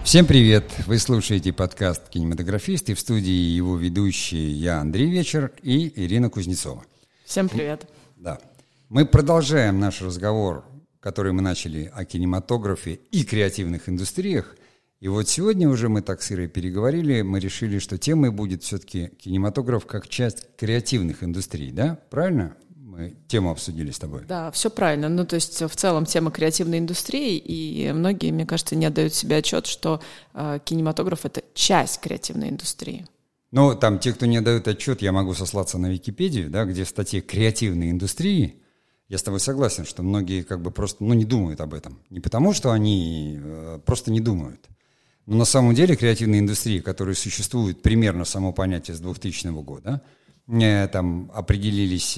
Всем привет! Вы слушаете подкаст «Кинематографист», и в студии его ведущие я, Андрей Вечер, и Ирина Кузнецова. Всем привет! Да. Мы продолжаем наш разговор, который мы начали о кинематографе и креативных индустриях. И вот сегодня уже мы так с Ирой переговорили, мы решили, что темой будет все-таки кинематограф как часть креативных индустрий, да? Правильно? Мы тему обсудили с тобой. Да, все правильно. Ну, то есть в целом тема креативной индустрии, и многие, мне кажется, не отдают себе отчет, что кинематограф — это часть креативной индустрии. Ну, там те, кто не отдают отчет, я могу сослаться на Википедию, да, где в статье «Креативные индустрии». Я с тобой согласен, что многие как бы просто не думают об этом. Не потому, что они просто не думают. Но на самом деле креативные индустрии, которые существуют примерно само понятие с 2000 года, там определились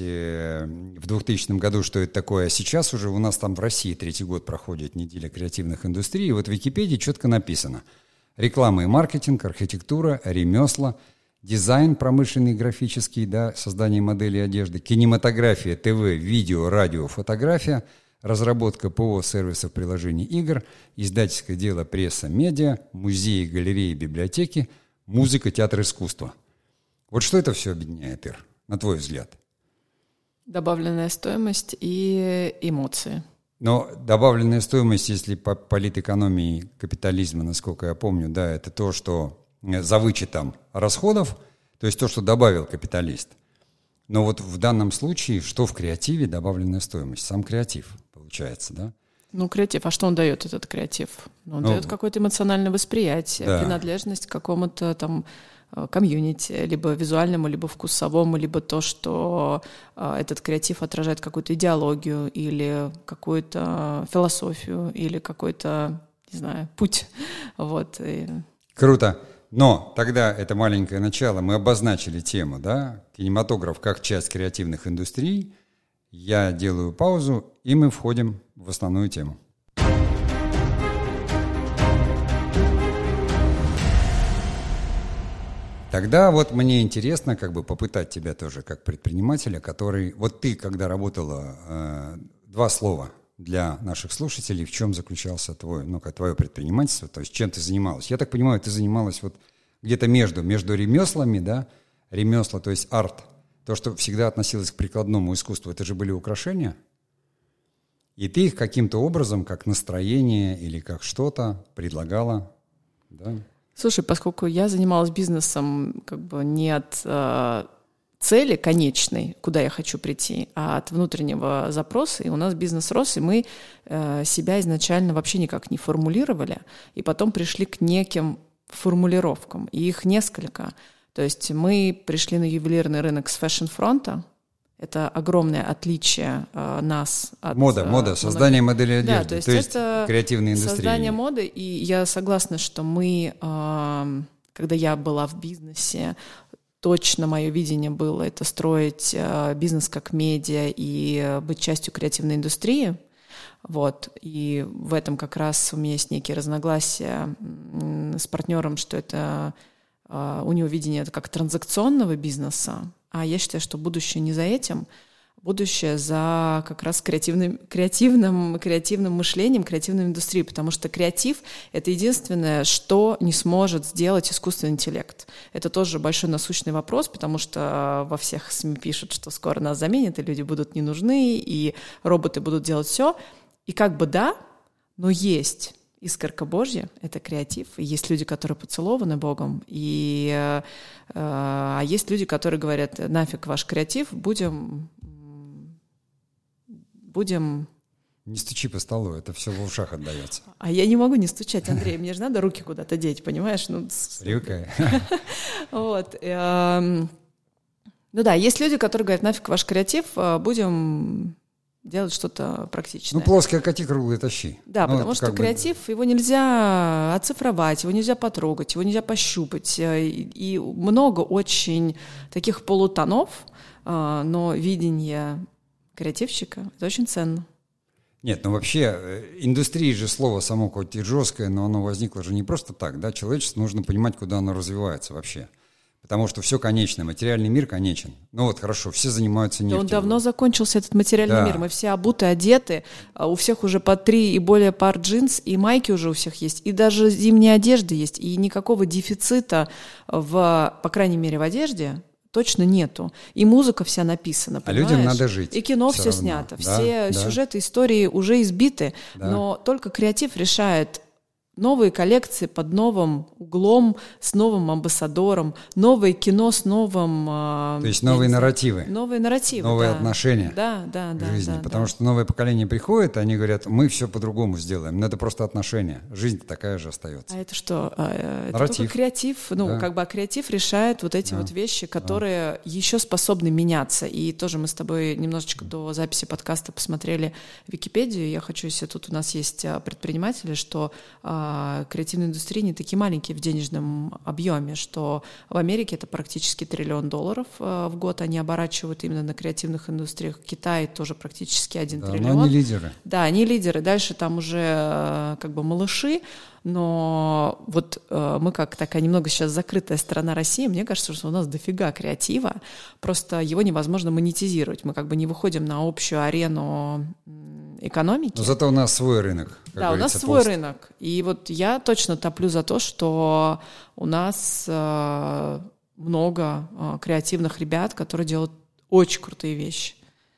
в 2000 году, что это такое, а сейчас уже у нас там в России 3-й год проходит неделя креативных индустрий, и вот в Википедии четко написано: реклама и маркетинг, архитектура, ремесла, дизайн промышленный, графический, да, создание моделей одежды, кинематография, ТВ, видео, радио, фотография, разработка ПО, сервисов, приложений, игр, издательское дело, пресса, медиа, музеи, галереи, библиотеки, музыка, театр, искусство. Вот что это все объединяет, Ир, на твой взгляд? Добавленная стоимость и эмоции. Но добавленная стоимость, если по политэкономии капитализма, насколько я помню, да, это то, что за вычетом расходов, то есть то, что добавил капиталист. Но вот в данном случае, что в креативе добавленная стоимость? Сам креатив, получается, да? Ну, креатив. А что он дает, этот креатив? Он дает какое-то эмоциональное восприятие, да, принадлежность к какому-то там комьюнити, либо визуальному, либо вкусовому, либо то, что этот креатив отражает какую-то идеологию или какую-то философию, или какой-то, не знаю, путь. Вот. Круто. Но тогда это маленькое начало. Мы обозначили тему, да? Кинематограф как часть креативных индустрий. Я делаю паузу, и мы входим в основную тему. Тогда вот мне интересно как бы попытать тебя тоже как предпринимателя, который... Вот ты, когда работала, 2 слова для наших слушателей, в чем заключался твое предпринимательство, то есть чем ты занималась? Я так понимаю, ты занималась вот где-то между ремеслами, да? Ремесла, то есть арт, то, что всегда относилось к прикладному искусству, это же были украшения? И ты их каким-то образом, как настроение или как что-то предлагала, да? Слушай, поскольку я занималась бизнесом как бы не от цели конечной, куда я хочу прийти, а от внутреннего запроса, и у нас бизнес рос, и мы себя изначально вообще никак не формулировали, и потом пришли к неким формулировкам, и их несколько. То есть мы пришли на ювелирный рынок с фэшн-фронта. Это огромное отличие нас от... Мода, создание модели одежды, да, то есть это креативные индустрии. Создание моды, и я согласна, что мы, когда я была в бизнесе, точно мое видение было это строить бизнес как медиа и быть частью креативной индустрии. Вот. И в этом как раз у меня есть некие разногласия с партнером, что это у него видение это как транзакционного бизнеса, а я считаю, что будущее не за этим, будущее за как раз креативным мышлением, креативной индустрией, потому что креатив — это единственное, что не сможет сделать искусственный интеллект. Это тоже большой насущный вопрос, потому что во всех СМИ пишут, что скоро нас заменят, и люди будут не нужны, и роботы будут делать все. И как бы да, но есть искорка Божья — это креатив. И есть люди, которые поцелованы Богом, а есть люди, которые говорят: нафиг ваш креатив, будем... Не стучи по столу, это все в ушах отдается. А я не могу не стучать, Андрей, мне же надо руки куда-то деть, понимаешь? Привыкай. Вот. Ну да, есть люди, которые говорят: нафиг ваш креатив, будем делать что-то практичное. Ну, плоское кати, круглое тащи. Да, потому что креатив, его нельзя оцифровать, его нельзя потрогать, его нельзя пощупать. И много очень таких полутонов, но видение креативщика — это очень ценно. Нет, ну вообще, индустрия же слово само хоть и жесткое, но оно возникло же не просто так, да? Человечеству нужно понимать, куда оно развивается вообще. Потому что все конечно, материальный мир конечен. Ну вот хорошо, все занимаются нефтью. Да он давно закончился, этот материальный мир. Мы все обуты, одеты, у всех уже по 3 и более пар джинс, и майки уже у всех есть, и даже зимняя одежда есть, и никакого дефицита, по крайней мере, в одежде точно нету. И музыка вся написана, понимаешь? А людям надо жить. И кино все снято, все сюжеты, истории уже избиты, но только креатив решает новые коллекции под новым углом, с новым амбассадором, новое кино с новым... То есть новые нарративы. Новые нарративы, новые отношения к жизни. Потому что новое поколение приходит, они говорят, мы все по-другому сделаем. Но это просто отношения. Жизнь такая же остается. А это что? Нарратив. Это только креатив. А креатив решает вот эти вот вещи, которые еще способны меняться. И тоже мы с тобой немножечко до записи подкаста посмотрели Википедию. Я хочу, если тут у нас есть предприниматели, что креативные индустрии не такие маленькие в денежном объеме, что в Америке это практически $1 триллион в год они оборачивают именно на креативных индустриях. Китай тоже практически 1 триллион. Но они лидеры. Да, они лидеры. Дальше там уже как бы малыши, но вот мы как такая немного сейчас закрытая страна России, мне кажется, что у нас дофига креатива, просто его невозможно монетизировать. Мы как бы не выходим на общую арену экономики. Но зато у нас свой рынок. Да, у нас свой рынок. И вот я точно топлю за то, что у нас много креативных ребят, которые делают очень крутые вещи.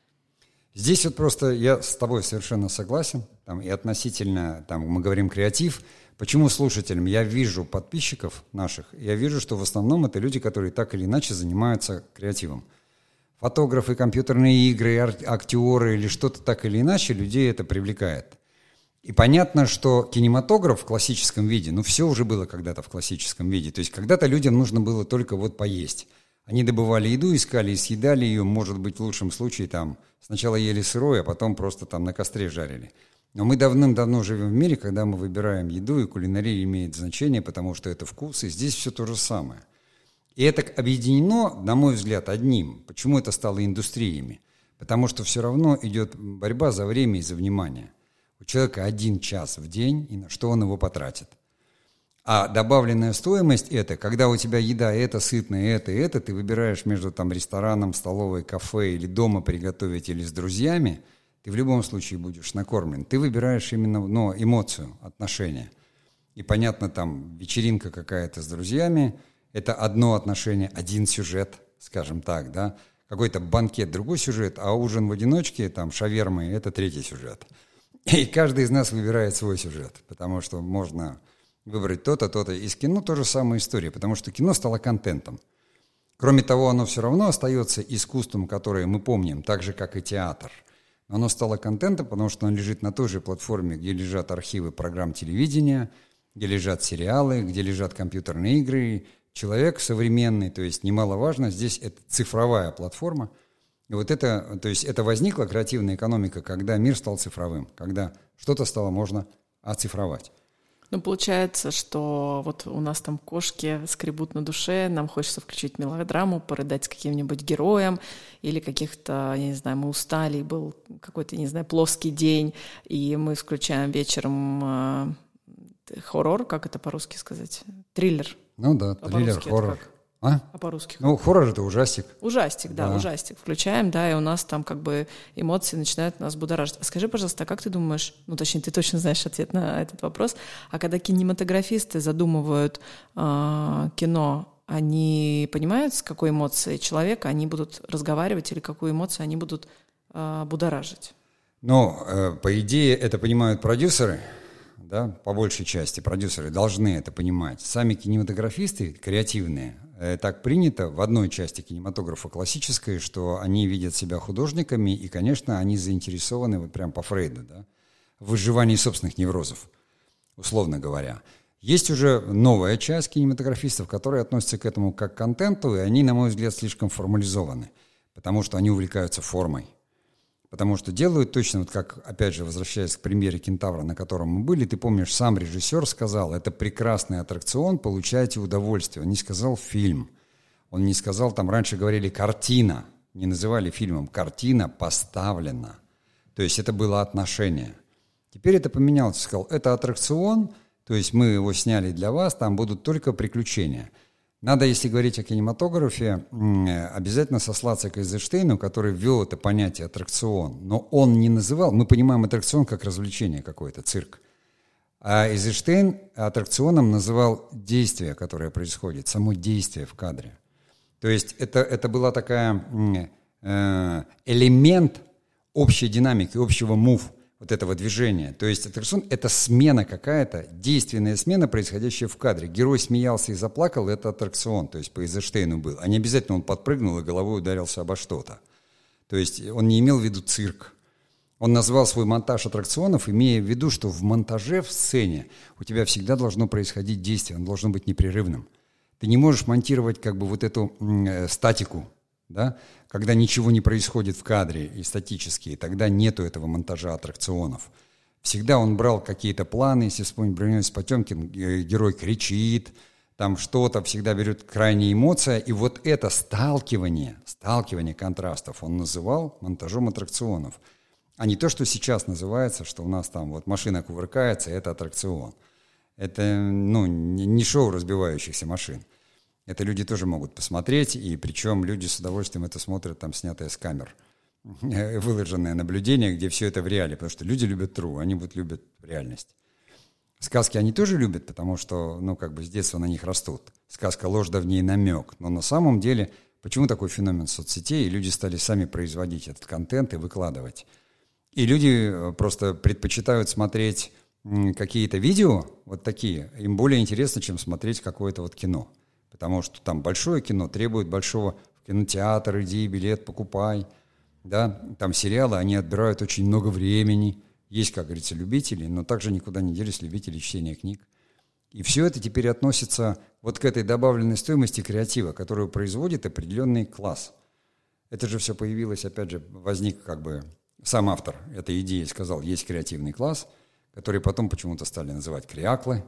Здесь вот просто я с тобой совершенно согласен. И относительно, мы говорим креатив. Почему слушателям? Я вижу подписчиков наших, я вижу, что в основном это люди, которые так или иначе занимаются креативом. Фотографы, компьютерные игры, актеры или что-то так или иначе, людей это привлекает. И понятно, что кинематограф в классическом виде, все уже было когда-то в классическом виде. То есть когда-то людям нужно было только поесть. Они добывали еду, искали и съедали ее, может быть, в лучшем случае сначала ели сырое, а потом просто на костре жарили. Но мы давным-давно живем в мире, когда мы выбираем еду, и кулинария имеет значение, потому что это вкус, и здесь все то же самое. И это объединено, на мой взгляд, одним. Почему это стало индустриями? Потому что все равно идет борьба за время и за внимание. У человека 1 час в день, и на что он его потратит. А добавленная стоимость – это, когда у тебя еда это сытная, это, ты выбираешь между рестораном, столовой, кафе или дома приготовить, или с друзьями, ты в любом случае будешь накормлен. Ты выбираешь именно эмоцию, отношения. И понятно, вечеринка какая-то с друзьями – это одно отношение, один сюжет, скажем так, да. Какой-то банкет, другой сюжет, а ужин в одиночке, шавермы – это 3-й сюжет. И каждый из нас выбирает свой сюжет, потому что можно выбрать то-то, то-то. И с кино тоже самая история, потому что кино стало контентом. Кроме того, оно все равно остается искусством, которое мы помним, так же, как и театр. Но оно стало контентом, потому что оно лежит на той же платформе, где лежат архивы программ телевидения, где лежат сериалы, где лежат компьютерные игры. Человек современный, то есть немаловажно, здесь это цифровая платформа. И это возникла креативная экономика, когда мир стал цифровым, когда что-то стало можно оцифровать. Получается, что у нас кошки скребут на душе, нам хочется включить мелодраму, порыдать с каким-нибудь героем или каких-то, я не знаю, мы устали, был какой-то, не знаю, плоский день, и мы включаем вечером хоррор, как это по-русски сказать? Триллер. Триллер, хоррор. А по-русски? Хоррор — это ужастик. Ужастик. Включаем, и у нас эмоции начинают нас будоражить. А скажи, пожалуйста, как ты думаешь, точнее, ты точно знаешь ответ на этот вопрос, а когда кинематографисты задумывают кино, они понимают, с какой эмоцией человека они будут разговаривать или какую эмоцию они будут будоражить? По идее, это понимают продюсеры. Да, по большей части продюсеры должны это понимать. Сами кинематографисты креативные, так принято в одной части кинематографа классической, что они видят себя художниками, и, конечно, они заинтересованы прям по Фрейду, да, в выживании собственных неврозов, условно говоря. Есть уже новая часть кинематографистов, которые относятся к этому как к контенту, и они, на мой взгляд, слишком формализованы, потому что они увлекаются формой. Потому что делают точно, как, опять же, возвращаясь к примеру «Кентавра», на котором мы были, ты помнишь, сам режиссер сказал, это прекрасный аттракцион, получайте удовольствие. Он не сказал фильм, он не сказал, раньше говорили картина, не называли фильмом, картина поставлена. То есть это было отношение. Теперь это поменялось, сказал, это аттракцион, то есть мы его сняли для вас, там будут только приключения. Надо, если говорить о кинематографе, обязательно сослаться к Эйзенштейну, который ввел это понятие аттракцион. Но он не называл, мы понимаем аттракцион как развлечение какое-то, цирк. А Эйзенштейн аттракционом называл действие, которое происходит, само действие в кадре. То есть это была такая элемент общей динамики, общего мув, вот этого движения. То есть аттракцион — это смена какая-то, действенная смена, происходящая в кадре. Герой смеялся и заплакал — это аттракцион, то есть по Эйзенштейну был. А не обязательно он подпрыгнул и головой ударился обо что-то. То есть он не имел в виду цирк. Он назвал свой монтаж аттракционов, имея в виду, что в монтаже, в сцене у тебя всегда должно происходить действие, оно должно быть непрерывным. Ты не можешь монтировать как бы вот эту статику, да? Когда ничего не происходит в кадре и статически, и тогда нету этого монтажа аттракционов. Всегда он брал какие-то планы, если вспомнить Броненосец Потемкин, герой кричит, там что-то, всегда берет крайняя эмоция, и вот это сталкивание контрастов он называл монтажом аттракционов. А не то, что сейчас называется, что у нас там вот машина кувыркается, это аттракцион. Это, не шоу разбивающихся машин. Это люди тоже могут посмотреть, и причем люди с удовольствием это смотрят, там, снятое с камер. Выложенное наблюдение, где все это в реале, потому что люди любят true, они вот любят реальность. Сказки они тоже любят, потому что, с детства на них растут. Сказка «Ложь, да в ней намек». Но на самом деле, почему такой феномен соцсетей? И люди стали сами производить этот контент и выкладывать. И люди просто предпочитают смотреть какие-то видео, вот такие, им более интересно, чем смотреть какое-то вот кино. Потому что там большое кино требует большого в кинотеатр, иди, билет покупай. Да? Там сериалы, они отбирают очень много времени. Есть, как говорится, любители, но также никуда не делись любители чтения книг. И все это теперь относится вот к этой добавленной стоимости креатива, которую производит определенный класс. Это же все появилось, опять же, возник сам автор этой идеи сказал, есть креативный класс, который потом почему-то стали называть креаклы.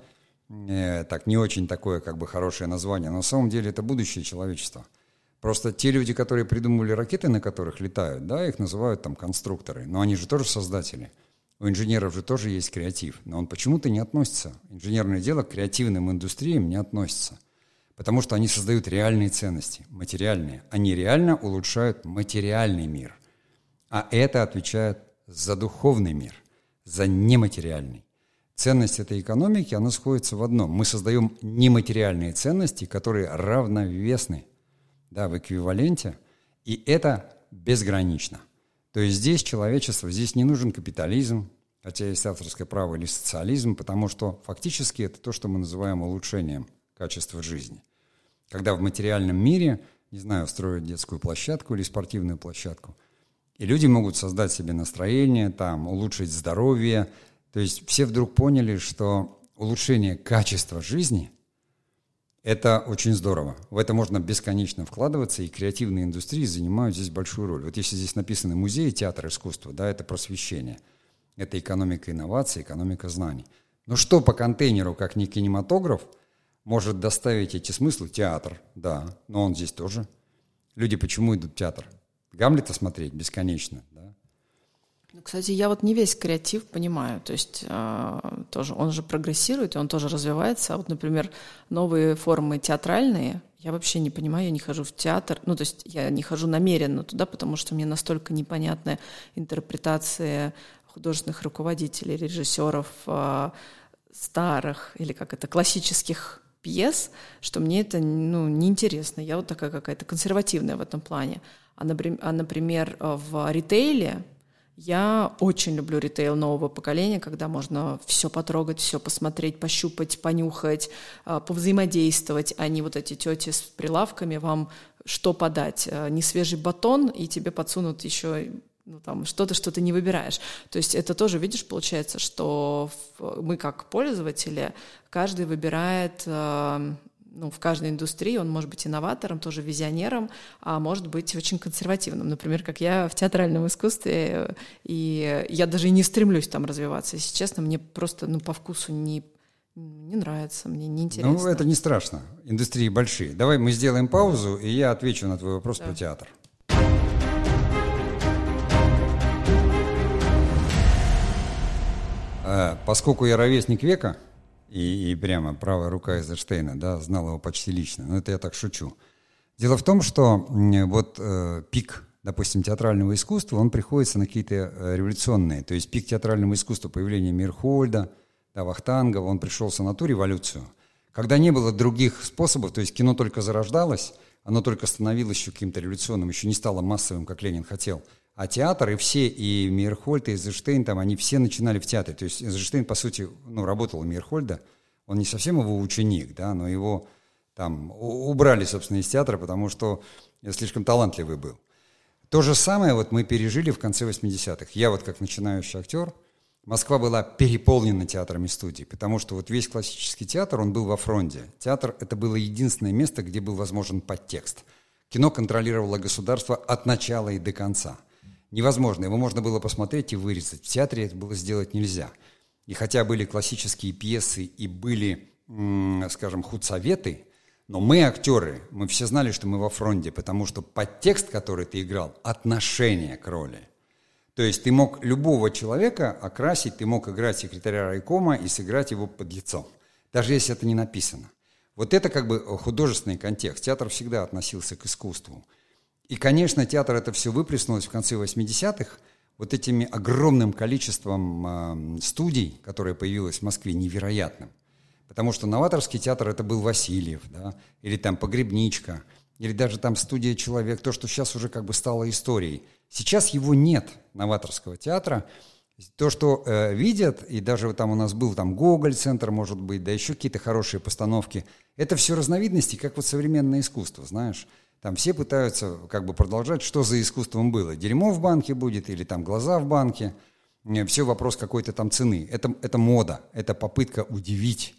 Так, не очень такое хорошее название, но на самом деле это будущее человечества. Просто те люди, которые придумывали ракеты, на которых летают, да, их называют там конструкторы, но они же тоже создатели. У инженеров же тоже есть креатив, но он почему-то не относится. Инженерное дело к креативным индустриям не относится, потому что они создают реальные ценности, материальные. Они реально улучшают материальный мир, а это отвечает за духовный мир, за нематериальный. Ценность этой экономики, она сходится в одном. Мы создаем нематериальные ценности, которые равновесны, да, в эквиваленте, и это безгранично. То есть здесь человечество, здесь не нужен капитализм, хотя есть авторское право, или социализм, потому что фактически это то, что мы называем улучшением качества жизни. Когда в материальном мире, не знаю, строят детскую площадку или спортивную площадку, и люди могут создать себе настроение, там, улучшить здоровье. То есть все вдруг поняли, что улучшение качества жизни – это очень здорово. В это можно бесконечно вкладываться, и креативные индустрии занимают здесь большую роль. Вот если здесь написано музей, театр искусства, да, это просвещение. Это экономика инноваций, экономика знаний. Но что по контейнеру, как не кинематограф, может доставить эти смыслы? Театр, да, но он здесь тоже. Люди почему идут в театр? Гамлета смотреть бесконечно, да? Кстати, я вот не весь креатив понимаю, то есть тоже он же прогрессирует, и он тоже развивается. А вот, например, новые формы театральные, я вообще не понимаю, я не хожу в театр, то есть я не хожу намеренно туда, потому что мне настолько непонятная интерпретация художественных руководителей, режиссеров старых или классических пьес, что мне это неинтересно. Я вот такая какая-то консервативная в этом плане. А, например, в ритейле я очень люблю ритейл нового поколения, когда можно все потрогать, все посмотреть, пощупать, понюхать, повзаимодействовать, а не вот эти тети с прилавками вам что подать. Несвежий батон, и тебе подсунут еще что-то, что ты не выбираешь. То есть это тоже, видишь, получается, что мы как пользователи, каждый выбирает... в каждой индустрии он может быть инноватором, тоже визионером, а может быть очень консервативным. Например, как я в театральном искусстве, и я даже и не стремлюсь там развиваться. Если честно, мне просто по вкусу не нравится, мне не интересно. Это не страшно. Индустрии большие. Давай мы сделаем паузу, и я отвечу на твой вопрос про театр. Поскольку я ровесник века, и прямо правая рука Эйзенштейна, да, знал его почти лично. Но это я так шучу. Дело в том, что вот пик, допустим, театрального искусства, он приходится на какие-то революционные. То есть пик театрального искусства, появление Мейерхольда, да, Вахтангова, он пришелся на ту революцию, когда не было других способов, то есть кино только зарождалось, оно только становилось еще каким-то революционным, еще не стало массовым, как Ленин хотел. А театр, и все, и Мейерхольд, и Эйзенштейн, там, они все начинали в театре. То есть Эйзенштейн, по сути, работал у Мейерхольда, он не совсем его ученик, да, но его там убрали, собственно, из театра, потому что слишком талантливый был. То же самое вот мы пережили в конце 80-х. Я вот как начинающий актер, Москва была переполнена театрами студий, потому что вот весь классический театр, он был во фронте. Театр – это было единственное место, где был возможен подтекст. Кино контролировало государство от начала и до конца. Невозможно, его можно было посмотреть и вырезать. В театре это было сделать нельзя. И хотя были классические пьесы и были, скажем, худсоветы, но мы, актеры, мы все знали, что мы во фронте, потому что подтекст, который ты играл, отношение к роли. То есть ты мог любого человека окрасить, ты мог играть секретаря райкома и сыграть его подлецом, даже если это не написано. Вот это как бы художественный контекст. Театр всегда относился к искусству. И, конечно, театр это все выплеснулось в конце 80-х вот этими огромным количеством студий, которое появилось в Москве, невероятным. Потому что новаторский театр это был Васильев, да, или там Погребничка, или даже там студия «Человек», то, что сейчас уже как бы стало историей. Сейчас его нет, новаторского театра. То, что видят, и даже там у нас был там Гоголь-центр, может быть, да еще какие-то хорошие постановки, это все разновидности, как вот современное искусство, знаешь. Там все пытаются как бы продолжать, что за искусством было. Дерьмо в банке будет или там глаза в банке. Все вопрос какой-то там цены. Это мода, это попытка удивить.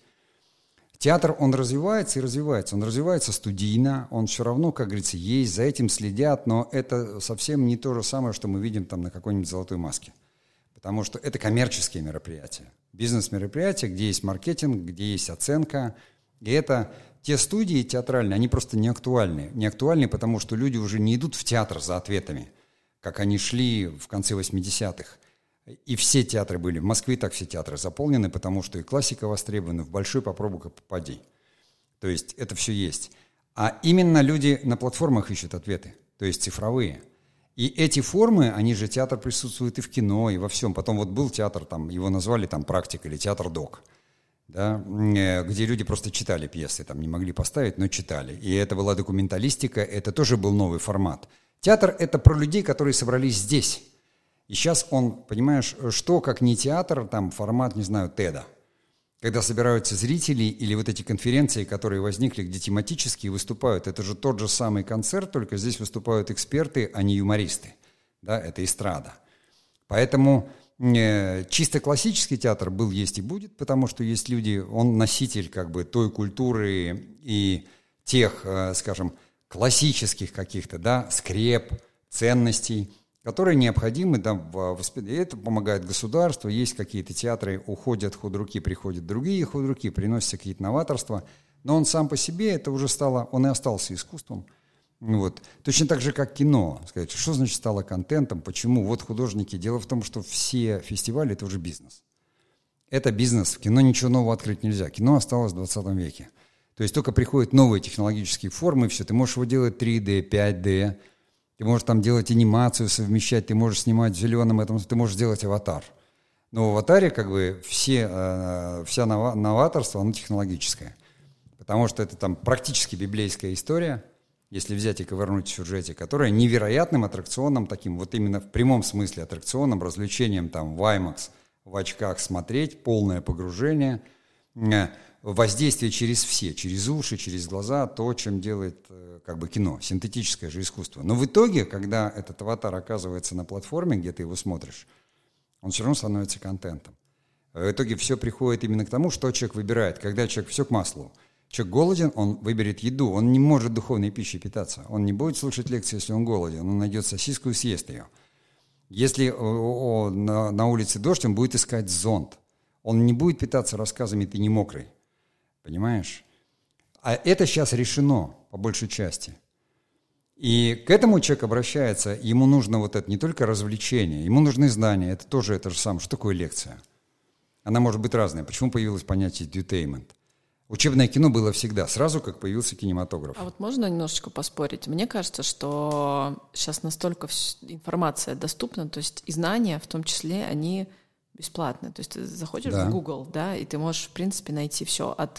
Театр, он развивается и развивается. Он развивается студийно, он все равно, как говорится, есть, за этим следят, но это совсем не то же самое, что мы видим там на какой-нибудь «Золотой маске». Потому что это коммерческие мероприятия. Бизнес-мероприятия, где есть маркетинг, где есть оценка. И это те студии театральные, они просто не актуальны. Не актуальны, потому что люди уже не идут в театр за ответами, как они шли в конце 80-х. И все театры были, в Москве так все театры заполнены, потому что и классика востребована, в большой попробуй-ка попади. То есть это все есть. А именно люди на платформах ищут ответы, то есть цифровые. И эти формы, они же, театр присутствует и в кино, и во всем. Потом вот был театр, там, его назвали там «Практик» или «Театр Док», да, где люди просто читали пьесы, там не могли поставить, но читали. И это была документалистика, это тоже был новый формат. Театр – это про людей, которые собрались здесь. И сейчас он, понимаешь, что, как не театр, там формат, не знаю, ТЭДа. Когда собираются зрители или вот эти конференции, которые возникли, где тематические выступают, это же тот же самый концерт, только здесь выступают эксперты, а не юмористы. Да, это эстрада. Поэтому чисто классический театр был, есть и будет, потому что есть люди, он носитель как бы той культуры и тех, скажем, классических каких-то, да, скреп, ценностей, которые необходимы, да, в воспитании. Это помогает государству. Есть какие-то театры, уходят худруки, приходят другие худруки, приносятся какие-то новаторства. Но он сам по себе, это уже стало, он и остался искусством. Вот. Точно так же, как кино. Сказать, что значит стало контентом, почему? Вот художники. Дело в том, что все фестивали – это уже бизнес. Это бизнес. В кино ничего нового открыть нельзя. Кино осталось в 20 веке. То есть только приходят новые технологические формы, все. Ты можешь его делать 3D, 5D. Ты можешь там делать анимацию, совмещать, ты можешь снимать в зеленом, ты можешь делать аватар. Но в аватаре как бы вся новаторство, оно технологическое. Потому что это там практически библейская история, если взять и ковырнуть в сюжете, которая невероятным аттракционом таким, вот именно в прямом смысле аттракционом, развлечением там в IMAX, в очках смотреть, полное погружение, воздействие через все, через уши, через глаза, то, чем делает как бы кино, синтетическое же искусство. Но в итоге, когда этот аватар оказывается на платформе, где ты его смотришь, он все равно становится контентом. В итоге все приходит именно к тому, что человек выбирает. Когда человек все к маслу. Человек голоден, он выберет еду, он не может духовной пищей питаться. Он не будет слушать лекции, если он голоден, он найдет сосиску и съест ее. Если на улице дождь, он будет искать зонт. Он не будет питаться рассказами «ты не мокрый». Понимаешь? А это сейчас решено, по большей части. И к этому человек обращается, ему нужно вот это не только развлечение, ему нужны знания, это тоже это же самое. Что такое лекция? Она может быть разная. Почему появилось понятие edutainment? Учебное кино было всегда, сразу как появился кинематограф. А вот можно немножечко поспорить? Мне кажется, что сейчас настолько информация доступна, то есть и знания, в том числе, они бесплатные. То есть ты заходишь в Google, да, и ты можешь, в принципе, найти все от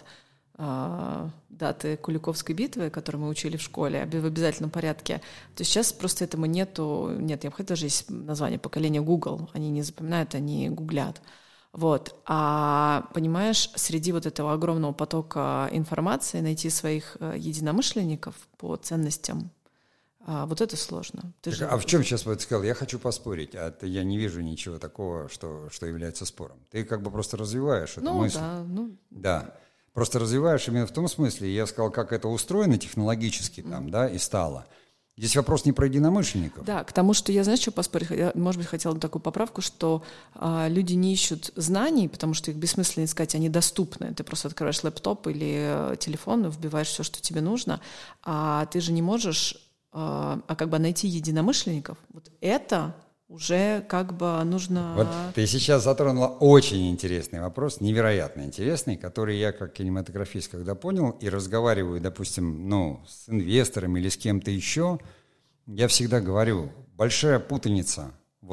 даты Куликовской битвы, которую мы учили в школе, в обязательном порядке. То есть сейчас просто этому нет, необходимо, даже есть название поколения Google, они не запоминают, они гуглят. Вот. А, понимаешь, среди вот этого огромного потока информации найти своих единомышленников по ценностям, вот это сложно. В чем сейчас вот сказал? Я хочу поспорить, я не вижу ничего такого, что является спором. Ты как бы просто развиваешь эту мысль. Да. Просто развиваешь именно в том смысле, я сказал, как это устроено технологически там, да, и стало. Здесь вопрос не про единомышленников. Да, к тому, что я, знаешь, что поспорить? Я, может быть, хотела бы такую поправку, что люди не ищут знаний, потому что их бессмысленно искать, они доступны. Ты просто открываешь лэптоп или телефон, вбиваешь все, что тебе нужно, а ты же не можешь как бы найти единомышленников. Вот это уже как бы нужно... Вот ты сейчас затронула очень интересный вопрос, невероятно интересный, который я как кинематографист когда понял и разговариваю, допустим, с инвестором или с кем-то еще, я всегда говорю, большая путаница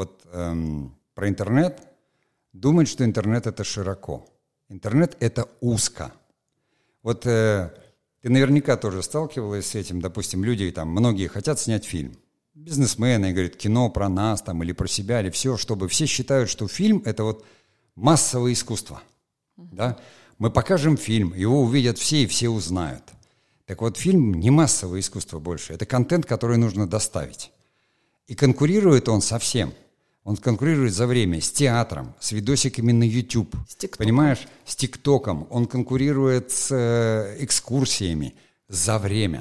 про интернет, думать, что интернет — это широко. Интернет — это узко. Вот ты наверняка тоже сталкивалась с этим, допустим, люди там, многие хотят снять фильм. Бизнесмены говорят, кино про нас там, или про себя, или все, чтобы все считают, что фильм — это вот массовое искусство. Да? Мы покажем фильм, его увидят все, и все узнают. Так вот, фильм не массовое искусство больше, это контент, который нужно доставить. И конкурирует он со всем. Он конкурирует за время с театром, с видосиками на YouTube, понимаешь, с ТикТоком. Он конкурирует с экскурсиями за время.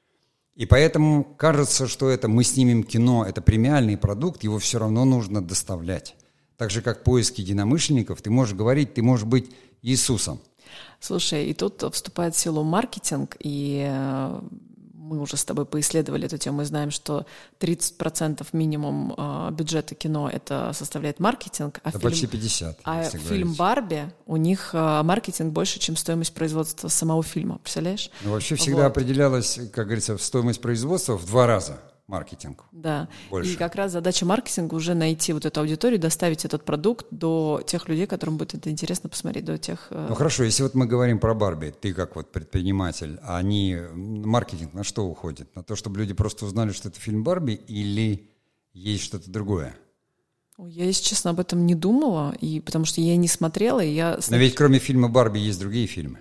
И поэтому кажется, что мы снимем кино, это премиальный продукт, его все равно нужно доставлять. Так же, как поиск единомышленников, ты можешь говорить, ты можешь быть Иисусом. Слушай, и тут вступает в силу маркетинг, и мы уже с тобой поисследовали эту тему, мы знаем, что 30% минимум бюджета кино это составляет маркетинг. Почти 50%. А фильм «Барби», у них маркетинг больше, чем стоимость производства самого фильма, представляешь? Вообще всегда определялась, как говорится, стоимость производства в 2 раза. Маркетинг. Да. Больше. И как раз задача маркетинга уже найти вот эту аудиторию, доставить этот продукт до тех людей, которым будет это интересно посмотреть, до тех... хорошо, если вот мы говорим про Барби, ты как вот предприниматель, маркетинг на что уходит? На то, чтобы люди просто узнали, что это фильм Барби, или есть что-то другое? Я, если честно, об этом не думала, потому что я не смотрела, и я... Но ведь кроме фильма Барби есть другие фильмы.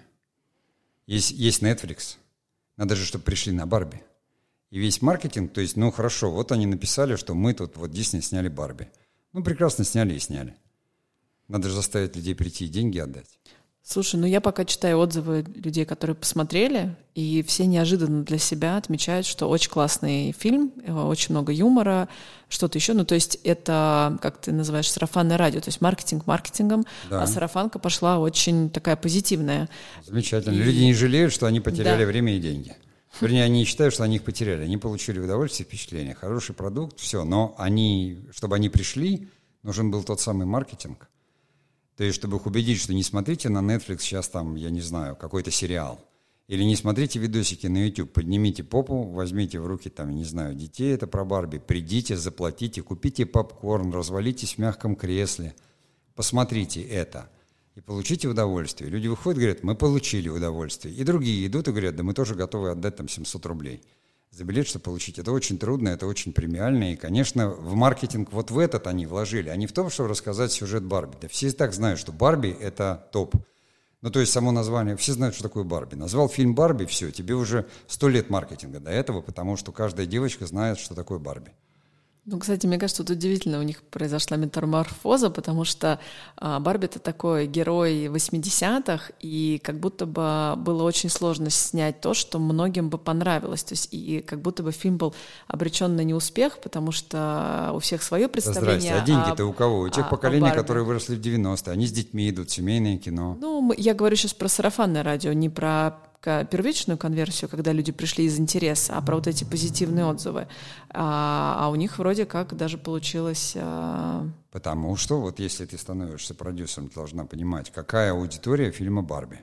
Есть Netflix. Надо же, чтобы пришли на Барби. И весь маркетинг, то есть, хорошо, вот они написали, что мы тут, Дисней сняли Барби. Прекрасно сняли и сняли. Надо же заставить людей прийти и деньги отдать. Слушай, я пока читаю отзывы людей, которые посмотрели, и все неожиданно для себя отмечают, что очень классный фильм, очень много юмора, что-то еще. То есть это, как ты называешь, сарафанное радио, то есть маркетинг маркетингом, да. А сарафанка пошла очень такая позитивная. Замечательно. Люди не жалеют, что они потеряли время и деньги. Вернее, они считают, что они их потеряли. Они получили удовольствие, впечатление, хороший продукт, все. Но чтобы они пришли, нужен был тот самый маркетинг. То есть, чтобы их убедить, что не смотрите на Netflix сейчас там, я не знаю, какой-то сериал. Или не смотрите видосики на YouTube. Поднимите попу, возьмите в руки, там, я не знаю, детей, это про Барби. Придите, заплатите, купите попкорн, развалитесь в мягком кресле. Посмотрите это. И получите удовольствие. Люди выходят и говорят, мы получили удовольствие. И другие идут и говорят, да мы тоже готовы отдать там 700 рублей за билет, чтобы получить. Это очень трудно, это очень премиально. И, конечно, в маркетинг вот в этот они вложили, а не в то, чтобы рассказать сюжет Барби. Да все и так знают, что Барби — это топ. То есть само название, все знают, что такое Барби. Назвал фильм Барби, все, тебе уже 100 лет маркетинга до этого, потому что каждая девочка знает, что такое Барби. Кстати, мне кажется, тут удивительно у них произошла метаморфоза, потому что Барби — это такой герой 80-х, и как будто бы было очень сложно снять то, что многим бы понравилось. То есть и как будто бы фильм был обречен на неуспех, потому что у всех свое представление. Здрасте, а деньги-то у кого? У тех поколений, которые выросли в 90-е. Они с детьми идут, семейное кино. Я говорю сейчас про сарафанное радио, не про первичную конверсию, когда люди пришли из интереса, а про вот эти позитивные отзывы. А у них вроде как даже получилось... Потому что вот если ты становишься продюсером, ты должна понимать, какая аудитория фильма «Барби».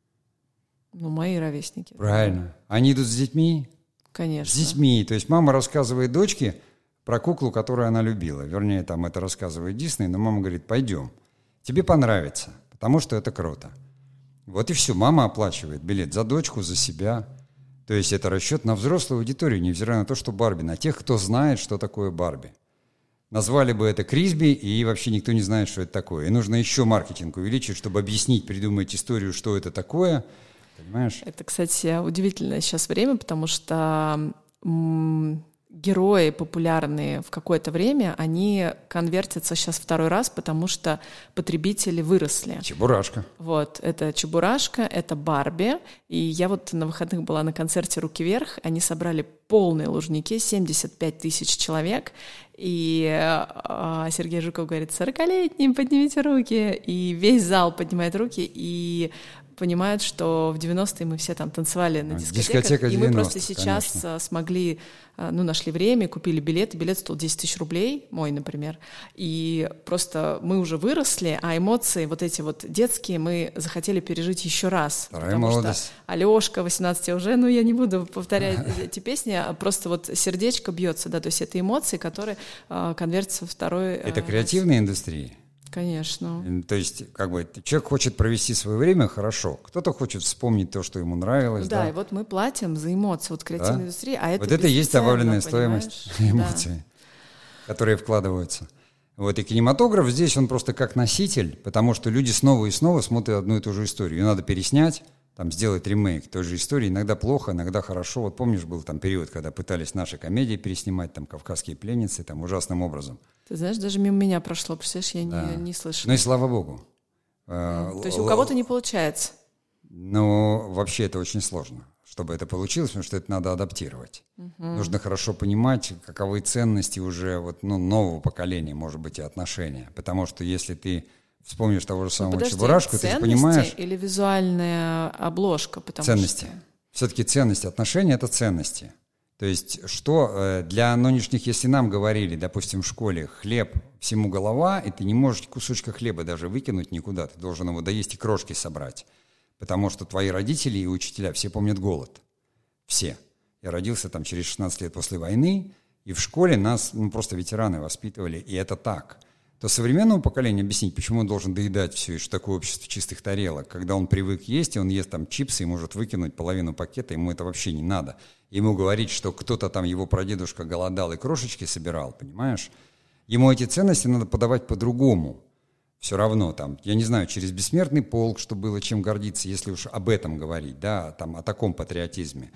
Ну, мои ровесники. Правильно. Они идут с детьми? Конечно. С детьми. То есть мама рассказывает дочке про куклу, которую она любила. Вернее, там это рассказывает Дисней, но мама говорит, пойдем. Тебе понравится, потому что это круто. Вот и все. Мама оплачивает билет за дочку, за себя. То есть это расчет на взрослую аудиторию, невзирая на то, что Барби. На тех, кто знает, что такое Барби. Назвали бы это Крисби, и вообще никто не знает, что это такое. И нужно еще маркетинг увеличить, чтобы объяснить, придумать историю, что это такое. Понимаешь? Это, кстати, удивительное сейчас время, потому что герои популярные в какое-то время, они конвертятся сейчас второй раз, потому что потребители выросли. Чебурашка. Вот, это Чебурашка, это Барби. И я вот на выходных была на концерте «Руки вверх». Они собрали полные Лужники, 75 тысяч человек. И Сергей Жуков говорит, 40-летним поднимите руки. И весь зал поднимает руки, и понимают, что в 90-е мы все там танцевали на дискотеках, и мы просто сейчас смогли, нашли время, купили билет, билет стоил 10 тысяч рублей, мой, например, и просто мы уже выросли, а эмоции вот эти вот детские мы захотели пережить еще раз. Вторая молодость. Что Алешка, 18 уже, я не буду повторять эти песни, а просто вот сердечко бьется, да, то есть это эмоции, которые конвертятся в второй... Это креативная индустрия. Конечно. То есть, человек хочет провести свое время хорошо. Кто-то хочет вспомнить то, что ему нравилось. Да, и вот мы платим за эмоции, вот креативной индустрии, а это вот это и есть добавленная понимаешь? Стоимость эмоций, которые вкладываются. Вот, и кинематограф здесь, он просто как носитель, потому что люди снова и снова смотрят одну и ту же историю. Ее надо переснять, там, сделать ремейк той же истории. Иногда плохо, иногда хорошо. Вот помнишь, был там период, когда пытались наши комедии переснимать, там, «Кавказские пленницы», там, ужасным образом. Ты знаешь, даже мимо меня прошло, представляешь, я не слышала. Ну и слава богу. То есть у кого-то не получается? Ну, вообще это очень сложно, чтобы это получилось, потому что это надо адаптировать. Нужно хорошо понимать, каковы ценности уже нового поколения, может быть, и отношения. Потому что если ты вспомнишь того же самого Чебурашку, ты понимаешь... или визуальная обложка? Ценности. Все-таки ценности, отношения — это ценности. То есть что для нынешних, если нам говорили, допустим, в школе, хлеб всему голова, и ты не можешь кусочка хлеба даже выкинуть никуда, ты должен его доесть и крошки собрать. Потому что твои родители и учителя все помнят голод. Все. Я родился там через 16 лет после войны, и в школе нас просто ветераны воспитывали, и это так. То современному поколению объяснить, почему он должен доедать все, и что такое общество чистых тарелок, когда он привык есть, и он ест там чипсы, и может выкинуть половину пакета, ему это вообще не надо. Ему говорить, что кто-то там, его прадедушка голодал и крошечки собирал, понимаешь? Ему эти ценности надо подавать по-другому. Все равно там, я не знаю, через бессмертный полк, что было чем гордиться, если уж об этом говорить, да, там, о таком патриотизме.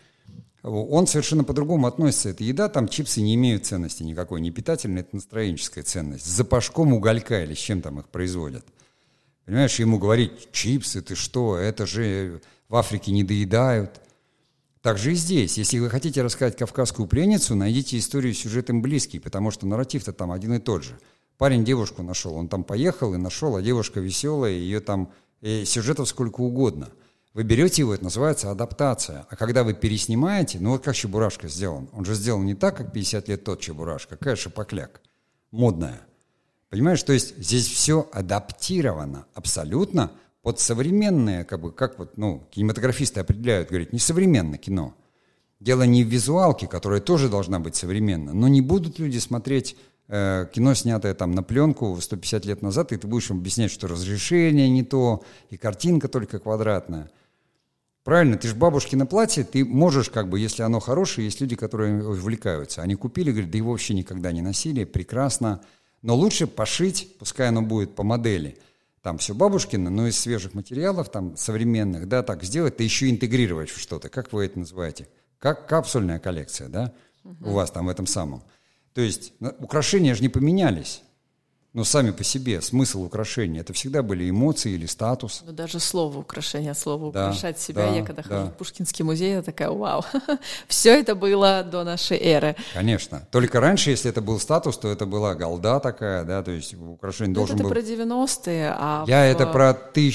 Он совершенно по-другому относится. Эта еда, там чипсы не имеют ценности никакой, не питательной, это настроенческая ценность. С запашком уголька или с чем там их производят. Понимаешь, ему говорить, чипсы, ты что, это же в Африке не доедают. Так же и здесь. Если вы хотите рассказать «Кавказскую пленницу», найдите историю с сюжетом близкий, потому что нарратив-то там один и тот же. Парень девушку нашел, он там поехал и нашел, а девушка веселая, ее там сюжетов сколько угодно. Вы берете его, это называется адаптация. А когда вы переснимаете, вот как Чебурашка сделан. Он же сделан не так, как 50 лет тот Чебурашка, какая шапокляк, модная. Понимаешь, то есть здесь все адаптировано абсолютно под современное, кинематографисты определяют, говорят, несовременное кино. Дело не в визуалке, которая тоже должна быть современна, но не будут люди смотреть кино, снятое там на пленку 150 лет назад, и ты будешь им объяснять, что разрешение не то, и картинка только квадратная. Правильно, ты же бабушкино платье, ты можешь, если оно хорошее, есть люди, которые увлекаются. Они купили, говорят, да его вообще никогда не носили, прекрасно. Но лучше пошить, пускай оно будет по модели. Там все бабушкино, но из свежих материалов, там современных, да, так сделать, да еще интегрировать в что-то. Как вы это называете? Как капсульная коллекция, да? У вас там в этом самом. То есть украшения же не поменялись. Но сами по себе смысл украшения — это всегда были эмоции или статус. Ну, даже слово украшение, слово Да, украшать себя. да, Я когда хожу да. в Пушкинский музей, я такая, вау, все это было до нашей эры. Конечно. Только раньше, если это был статус, то это была голда такая, да, то есть украшение должен Это был... про 90-е, а Это про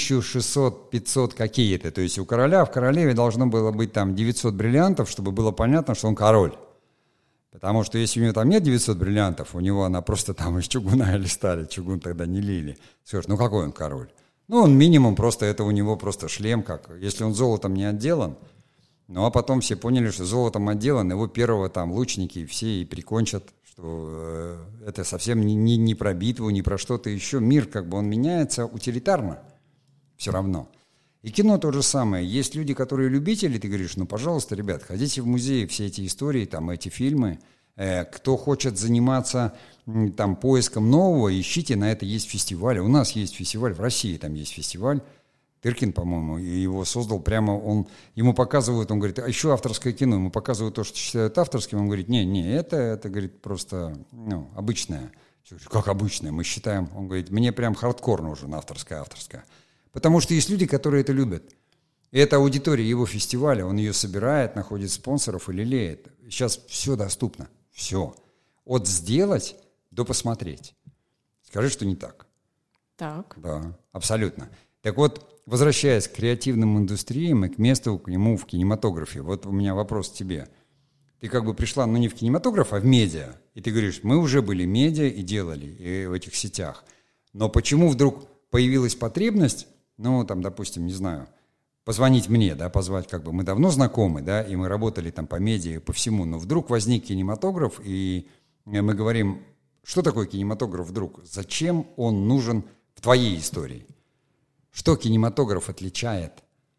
1600-500 какие-то. То есть у короля, в королеве должно было быть там 900 бриллиантов, чтобы было понятно, что он король. Потому что если у него там нет 900 бриллиантов, у него она просто там из чугуна или стали, чугун тогда не лили. Скажешь, ну какой он король? Ну он минимум просто, это у него просто шлем, как, если он золотом не отделан. Ну а потом все поняли, что золотом отделан, его первого там лучники все и прикончат, что это совсем не про битву, не про что-то еще. Мир как бы он меняется утилитарно все равно. И кино то же самое. Есть люди, которые любители, ты говоришь, ну, пожалуйста, ребят, ходите в музей, все эти истории, там, эти фильмы. Кто хочет заниматься там поиском нового, ищите, на это есть фестивали. У нас есть фестиваль, в России там есть фестиваль. Тыркин, по-моему, его создал прямо, ему показывают, он говорит, а еще авторское кино, ему показывают то, что считают авторским, он говорит, не, это говорит, просто, ну, обычное. Я говорю, как обычное? Мы считаем, он говорит, мне прям хардкор нужен, авторское. Потому что есть люди, которые это любят. И это аудитория его фестиваля, он ее собирает, находит спонсоров и лелеет. Сейчас все доступно, все. От сделать до посмотреть. Скажи, что не так. Так. Да, абсолютно. Так вот, возвращаясь к креативным индустриям и к месту к нему в кинематографе, вот у меня вопрос к тебе. Ты как бы пришла, ну не в кинематограф, а в медиа. И ты говоришь, мы уже были медиа и делали и в этих сетях. Но почему вдруг появилась потребность, ну там, допустим, не знаю, позвонить мне, да, позвать, как бы мы давно знакомы, да, и мы работали там по медиа и по всему, но вдруг возник кинематограф, и мы говорим, что такое кинематограф вдруг? Зачем он нужен в твоей истории? Что кинематограф отличает?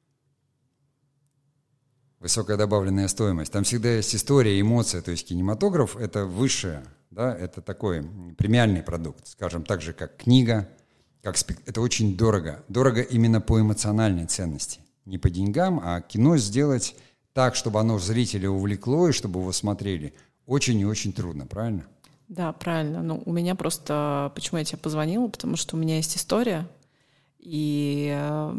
Высокая добавленная стоимость. Там всегда есть история, эмоция. То есть кинематограф — это высшее, да, это такой премиальный продукт, скажем, так же, как книга, это очень дорого. Дорого именно по эмоциональной ценности. Не по деньгам, а кино сделать так, чтобы оно зрителя увлекло и чтобы его смотрели, очень и очень трудно, правильно? Да, правильно. Ну, у меня просто... Почему я тебе позвонила? Потому что у меня есть история, и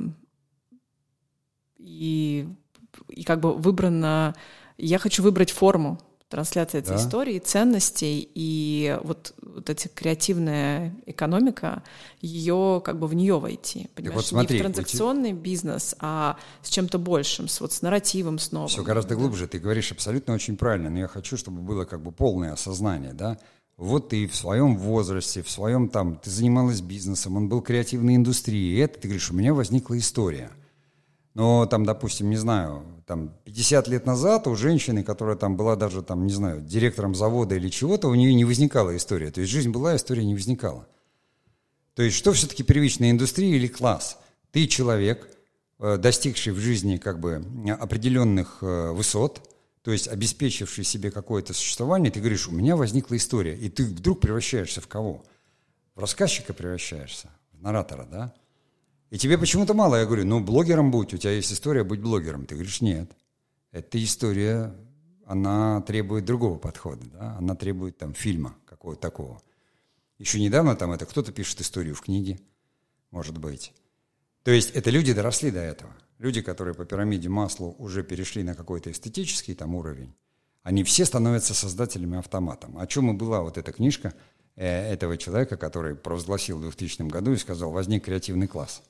как бы выбрана... Я хочу выбрать форму трансляции этой истории, ценностей, и вот эта креативная экономика, ее как бы в нее войти. Понимаешь? Вот смотри, не в транзакционный бизнес, а с чем-то большим, с нарративом, с новым. Все гораздо глубже. Ты говоришь абсолютно очень правильно, но я хочу, чтобы было как бы полное осознание, да? Вот ты в своем возрасте, в своем там, ты занималась бизнесом, он был креативной индустрией, и это, ты говоришь, у меня возникла история. Но там, допустим, не знаю, там 50 лет назад у женщины, которая там была даже, там, не знаю, директором завода или чего-то, у нее не возникала история. То есть жизнь была, история не возникала. То есть что все-таки первичная индустрия или класс? Ты человек, достигший в жизни как бы определенных высот, то есть обеспечивший себе какое-то существование, ты говоришь, у меня возникла история, и ты вдруг превращаешься в кого? В рассказчика превращаешься, в наратора, да? И тебе почему-то мало. Я говорю, ну, блогером будь, у тебя есть история, будь блогером. Ты говоришь, нет, эта история, она требует другого подхода, да? Она требует там фильма какого-то такого. Еще недавно там это кто-то пишет историю в книге, может быть. То есть это люди доросли до этого. Люди, которые по пирамиде Маслоу уже перешли на какой-то эстетический там уровень, они все становятся создателями автоматом. О чем и была вот эта книжка этого человека, который провозгласил в 2000 году и сказал, возник креативный класс.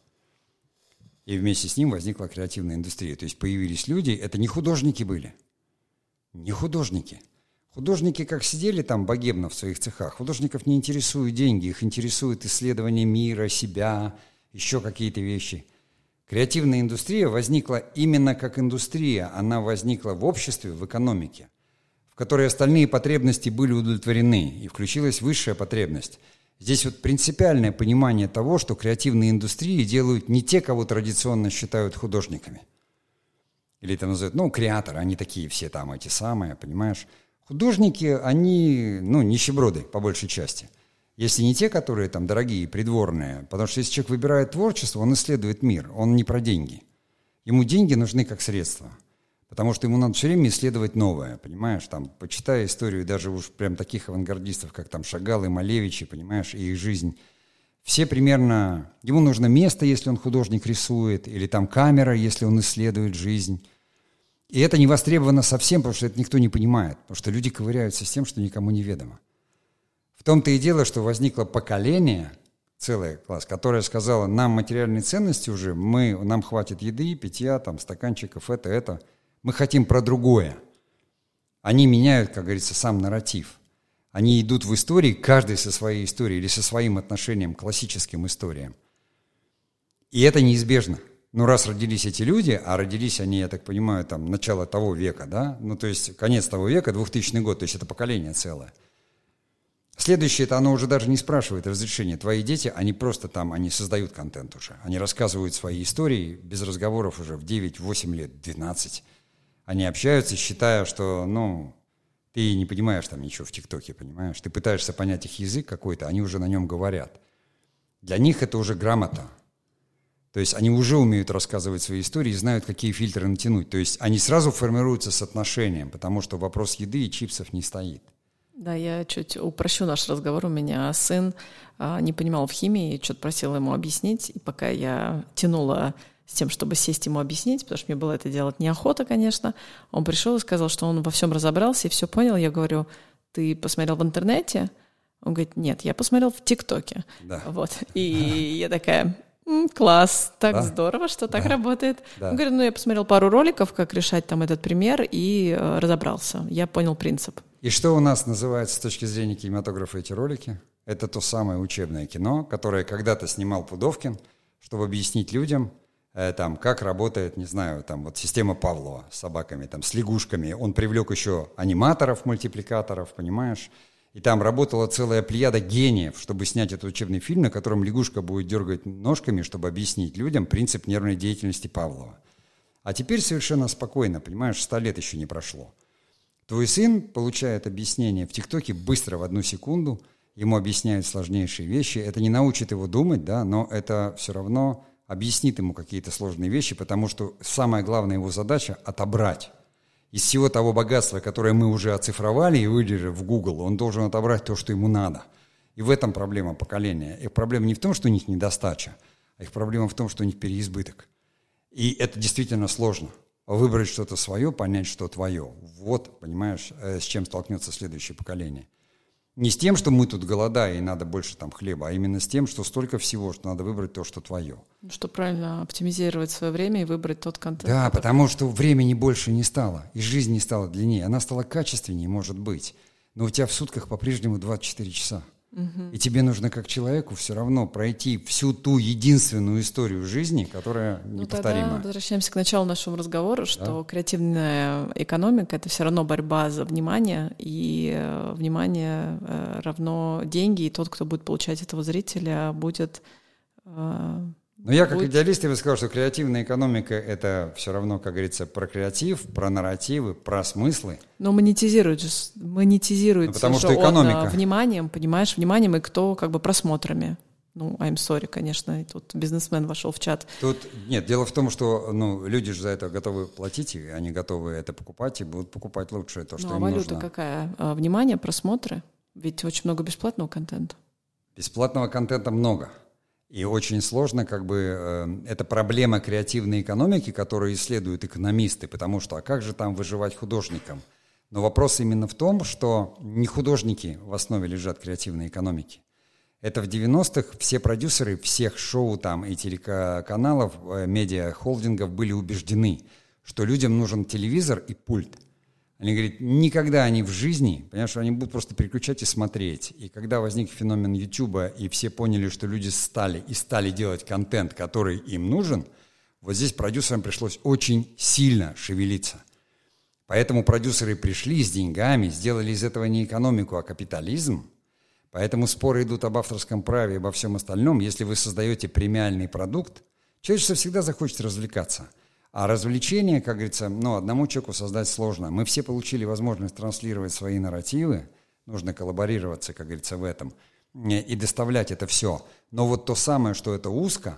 И вместе с ним возникла креативная индустрия. То есть появились люди, это не художники были. Не художники. Художники как сидели там богемно в своих цехах. Художников не интересуют деньги, их интересует исследование мира, себя, еще какие-то вещи. Креативная индустрия возникла именно как индустрия. Она возникла в обществе, в экономике, в которой остальные потребности были удовлетворены, и включилась высшая потребность. Здесь вот принципиальное понимание того, что креативные индустрии делают не те, кого традиционно считают художниками. Или это называют, ну, креаторы, они такие все там эти самые, понимаешь. Художники, они, ну, нищеброды по большей части. Если не те, которые там дорогие, придворные. Потому что если человек выбирает творчество, он исследует мир, он не про деньги. Ему деньги нужны как средство. потому что ему надо все время исследовать новое, понимаешь, там, почитая историю даже уж прям таких авангардистов, как там Шагал и Малевичи, понимаешь, и их жизнь. Все примерно, ему нужно место, если он художник рисует, или там камера, если он исследует жизнь. И это не востребовано совсем, потому что это никто не понимает, потому что люди ковыряются с тем, что никому не ведомо. В том-то и дело, что возникло поколение, целый класс, которое сказало, нам материальные ценности уже, нам хватит еды, питья, там, стаканчиков, это. Мы хотим про другое. Они меняют, как говорится, сам нарратив. Они идут в истории, каждый со своей историей или со своим отношением к классическим историям. И это неизбежно. Ну, раз родились эти люди, а родились они, я так понимаю, там, начало того века, да? Ну, то есть, конец того века, 2000 год, то есть это поколение целое. Следующее, это оно уже даже не спрашивает разрешения. Твои дети, они просто там, они создают контент уже. Они рассказывают свои истории без разговоров уже в 9, 8 лет, 12. Они общаются, считая, что, ты не понимаешь там ничего в ТикТоке, понимаешь? Ты пытаешься понять их язык какой-то, они уже на нем говорят. Для них это уже грамота. То есть они уже умеют рассказывать свои истории и знают, какие фильтры натянуть. То есть они сразу формируются с отношением, потому что вопрос еды и чипсов не стоит. Да, я чуть упрощу наш разговор. У меня сын не понимал в химии, что-то просила ему объяснить, и пока я тянула с тем, чтобы сесть ему объяснить, потому что мне было это делать неохота, конечно, он пришел и сказал, что он во всем разобрался и все понял. Я говорю, ты посмотрел в интернете? Он говорит, нет, я посмотрел в ТикТоке. Да. Вот. И я такая... Класс, так здорово, что так работает. Он говорит, я посмотрел пару роликов, как решать там этот пример, и разобрался. Я понял принцип. И что у нас называется с точки зрения кинематографа эти ролики? Это то самое учебное кино, которое когда-то снимал Пудовкин, чтобы объяснить людям, как работает, не знаю, система Павлова с собаками, с лягушками. Он привлек еще аниматоров, мультипликаторов, понимаешь? И там работала целая плеяда гениев, чтобы снять этот учебный фильм, на котором лягушка будет дергать ножками, чтобы объяснить людям принцип нервной деятельности Павлова. А теперь совершенно спокойно, понимаешь, 100 лет еще не прошло. Твой сын получает объяснение в ТикТоке быстро, в 1 секунду, ему объясняют сложнейшие вещи. Это не научит его думать, да, но это все равно объяснит ему какие-то сложные вещи, потому что самая главная его задача – отобрать. Из всего того богатства, которое мы уже оцифровали и выложили в Google, он должен отобрать то, что ему надо. И в этом проблема поколения. Их проблема не в том, что у них недостача, а их проблема в том, что у них переизбыток. И это действительно сложно. Выбрать что-то свое, понять, что твое. Вот, понимаешь, с чем столкнется следующее поколение. Не с тем, что мы тут голодаем и надо больше хлеба, а именно с тем, что столько всего, что надо выбрать то, что твое. Что правильно оптимизировать свое время и выбрать тот контент. Да, потому что времени больше не стало, и жизнь не стала длиннее. Она стала качественнее, может быть, но у тебя в сутках по-прежнему 24 часа. Угу. И тебе нужно как человеку все равно пройти всю ту единственную историю жизни, которая неповторима. Тогда возвращаемся к началу нашего разговора, что креативная экономика — это все равно борьба за внимание, и внимание равно деньги, и тот, кто будет получать этого зрителя, будет... Но я как идеалист, я бы сказал, что креативная экономика — это все равно, как говорится, про креатив, про нарративы, про смыслы. Но монетизируется потому что экономика. Вниманием, понимаешь, вниманием, и кто просмотрами. I'm sorry, конечно, и тут бизнесмен вошел в чат. Нет, дело в том, что люди же за это готовы платить, и они готовы это покупать, и будут покупать лучшее, то, что им нужно. А валюта какая? Внимание, просмотры? Ведь очень много бесплатного контента. Бесплатного контента много. И очень сложно, это проблема креативной экономики, которую исследуют экономисты, потому что, а как же там выживать художникам? Но вопрос именно в том, что не художники в основе лежат креативной экономики. Это в 90-х все продюсеры всех шоу и телеканалов, медиа-холдингов были убеждены, что людям нужен телевизор и пульт. Они говорят, никогда они в жизни, понимаешь, они будут просто переключать и смотреть. И когда возник феномен Ютуба, и все поняли, что люди стали делать контент, который им нужен, вот здесь продюсерам пришлось очень сильно шевелиться. Поэтому продюсеры пришли с деньгами, сделали из этого не экономику, а капитализм. Поэтому споры идут об авторском праве и обо всем остальном. Если вы создаете премиальный продукт, человечество всегда захочет развлекаться. А развлечение, как говорится, одному человеку создать сложно. Мы все получили возможность транслировать свои нарративы, нужно коллаборироваться, как говорится, в этом, и доставлять это все. Но вот то самое, что это узко,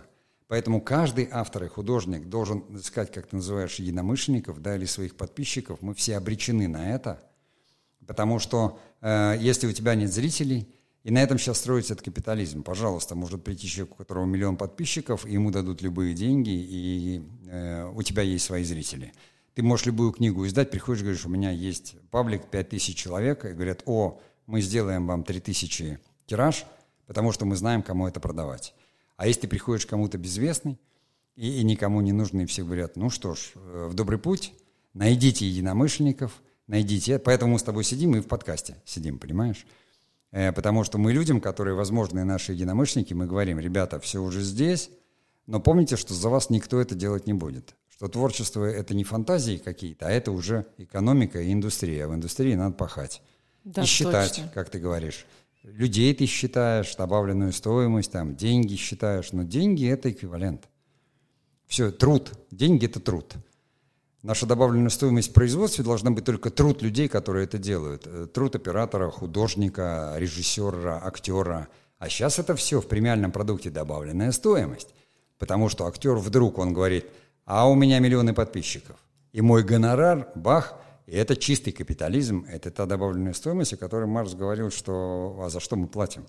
Поэтому каждый автор и художник должен искать, как ты называешь, единомышленников, да, или своих подписчиков. Мы все обречены на это, потому что если у тебя нет зрителей, и на этом сейчас строится этот капитализм. Пожалуйста, может прийти человек, у которого 1 миллион подписчиков, и ему дадут любые деньги, и у тебя есть свои зрители. Ты можешь любую книгу издать, приходишь, говоришь, у меня есть паблик, 5000 человек, и говорят, мы сделаем вам 3000 тираж, потому что мы знаем, кому это продавать. А если ты приходишь к кому-то безвестный, и никому не нужный, и все говорят, ну что ж, в добрый путь, найдите единомышленников, найдите. Поэтому мы с тобой сидим и в подкасте сидим, понимаешь? Потому что мы людям, которые, возможно, наши единомышленники, мы говорим, ребята, все уже здесь, но помните, что за вас никто это делать не будет. Что творчество — это не фантазии какие-то, а это уже экономика и индустрия. А в индустрии надо пахать. Да, и считать, точно. как ты говоришь. Людей ты считаешь, добавленную стоимость, там, деньги считаешь, но деньги — это эквивалент. Все, труд. Деньги — это труд. Наша добавленная стоимость в производстве должна быть только труд людей, которые это делают. Труд оператора, художника, режиссера, актера. А сейчас это все в премиальном продукте добавленная стоимость. Потому что актер вдруг, он говорит, а у меня миллионы подписчиков. И мой гонорар, бах, и это чистый капитализм, это та добавленная стоимость, о которой Маркс говорил, что за что мы платим.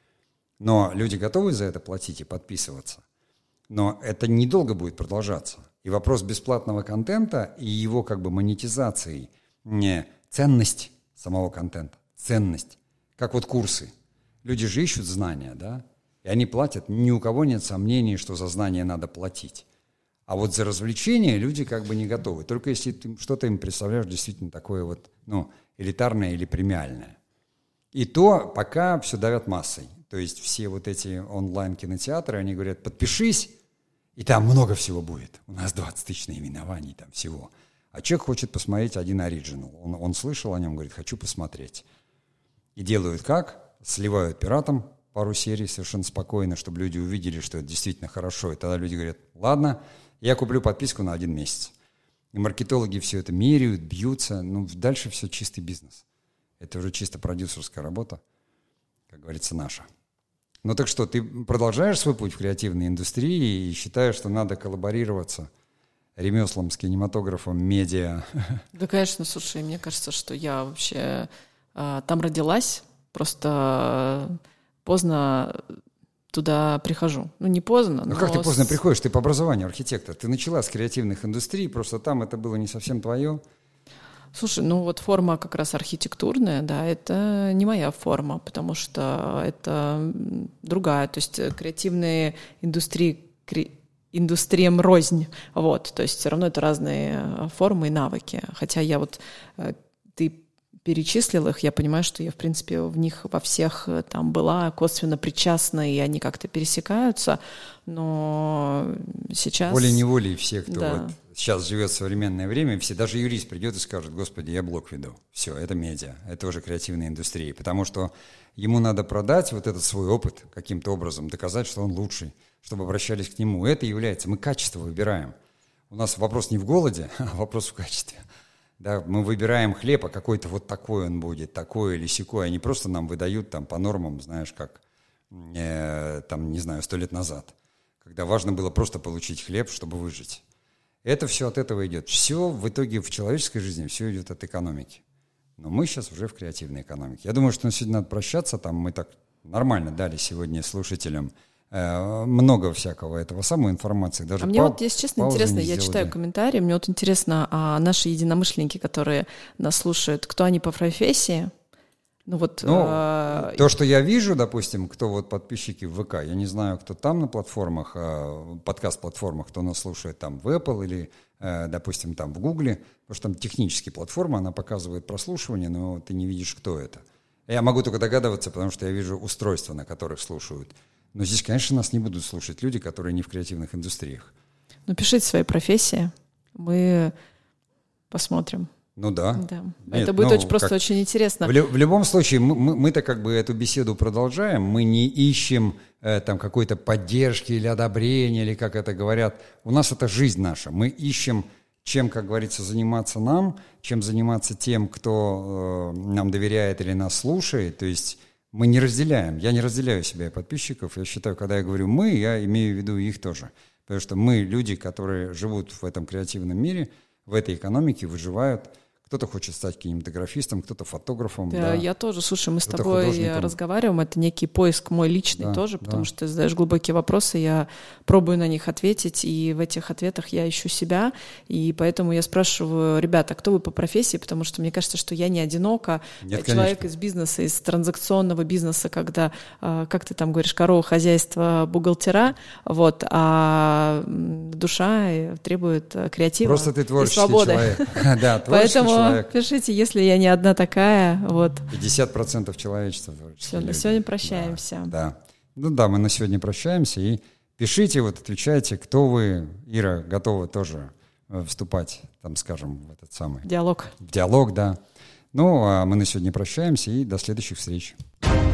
Но люди готовы за это платить и подписываться. Но это недолго будет продолжаться. И вопрос бесплатного контента и его как бы монетизации, ценность самого контента, ценность, как вот курсы. Люди же ищут знания, да, и они платят, ни у кого нет сомнений, что за знания надо платить. А вот за развлечения люди как бы не готовы, только если ты что-то им представляешь действительно такое вот, элитарное или премиальное. И то пока все давят массой. То есть все вот эти онлайн-кинотеатры, они говорят, подпишись, и там много всего будет. У нас 20 тысяч наименований там всего. А человек хочет посмотреть один оригинал. Он слышал о нем, говорит, хочу посмотреть. И делают как? Сливают пиратам пару серий совершенно спокойно, чтобы люди увидели, что это действительно хорошо. И тогда люди говорят, ладно, я куплю подписку на 1 месяц. И маркетологи все это меряют, бьются. Дальше все чистый бизнес. Это уже чисто продюсерская работа, как говорится, наша. Ну так что, ты продолжаешь свой путь в креативной индустрии и считаешь, что надо коллаборироваться ремеслом с кинематографом, медиа? Да, конечно, слушай, мне кажется, что я вообще там родилась, просто поздно туда прихожу. Не поздно, но... как ты поздно приходишь? Ты по образованию архитектор. Ты начала с креативных индустрий, просто там это было не совсем твое. Слушай, форма как раз архитектурная, да, это не моя форма, потому что это другая. То есть креативные индустрии, индустриям рознь, то есть все равно это разные формы и навыки. Хотя ты перечислил их, я понимаю, что я, в принципе, в них во всех там была косвенно причастна, и они как-то пересекаются, но сейчас... Волей-неволей все, кто сейчас живет в современное время, все, даже юрист придет и скажет, господи, я блог веду. Все, это медиа, это уже креативная индустрия, потому что ему надо продать вот этот свой опыт каким-то образом, доказать, что он лучший, чтобы обращались к нему. Это является, мы качество выбираем. У нас вопрос не в голоде, а вопрос в качестве. Да, мы выбираем хлеб, а какой-то вот такой он будет, такой или сякой. Они просто нам выдают там по нормам, знаешь, как, 100 лет назад, когда важно было просто получить хлеб, чтобы выжить. Это все от этого идет. Все в итоге в человеческой жизни, все идет от экономики. Но мы сейчас уже в креативной экономике. Я думаю, что сегодня надо прощаться. Там мы так нормально дали сегодня слушателям много всякого этого самой информации. Даже мне если честно, интересно, я читаю комментарии, мне интересно, а наши единомышленники, которые нас слушают, кто они по профессии? То, что я вижу, допустим, кто подписчики в ВК, я не знаю, кто там на платформах, подкаст-платформах, кто нас слушает там в Apple или, допустим, там в Гугле, потому что там технические платформы, она показывает прослушивание, но ты не видишь, кто это. Я могу только догадываться, потому что я вижу устройства, на которых слушают. Но здесь, конечно, нас не будут слушать люди, которые не в креативных индустриях. Пишите свои профессии, мы посмотрим. Да. Нет, это будет просто очень интересно. В любом случае, мы-то как бы эту беседу продолжаем, мы не ищем там какой-то поддержки или одобрения, или как это говорят. У нас это жизнь наша. Мы ищем, чем, как говорится, заниматься нам, чем заниматься тем, кто нам доверяет или нас слушает. То есть мы не разделяем. Я не разделяю себя и подписчиков. Я считаю, когда я говорю «мы», я имею в виду их тоже. Потому что мы люди, которые живут в этом креативном мире, в этой экономике, выживают. Кто-то хочет стать кинематографистом, кто-то фотографом. Да, я тоже. Слушай, мы с тобой разговариваем, это некий поиск мой личный тоже, потому что ты задаешь глубокие вопросы, я пробую на них ответить, и в этих ответах я ищу себя, и поэтому я спрашиваю, ребята, кто вы по профессии, потому что мне кажется, что я не одинока. Нет, человек конечно. из бизнеса, из транзакционного бизнеса, когда, как ты там говоришь, корова, хозяйство, бухгалтера, вот, а душа требует креатива. Просто ты творческий и свободы. человек. Да, творческий человек. Пишите, если я не одна такая. Вот. 50% человечества. Все, на сегодня прощаемся. Да. Ну да, мы на сегодня прощаемся. И пишите, вот отвечайте, кто вы, Ира, готова тоже вступать, там, скажем, в этот самый... Диалог. В диалог, да. Ну, а мы на сегодня прощаемся и до следующих встреч.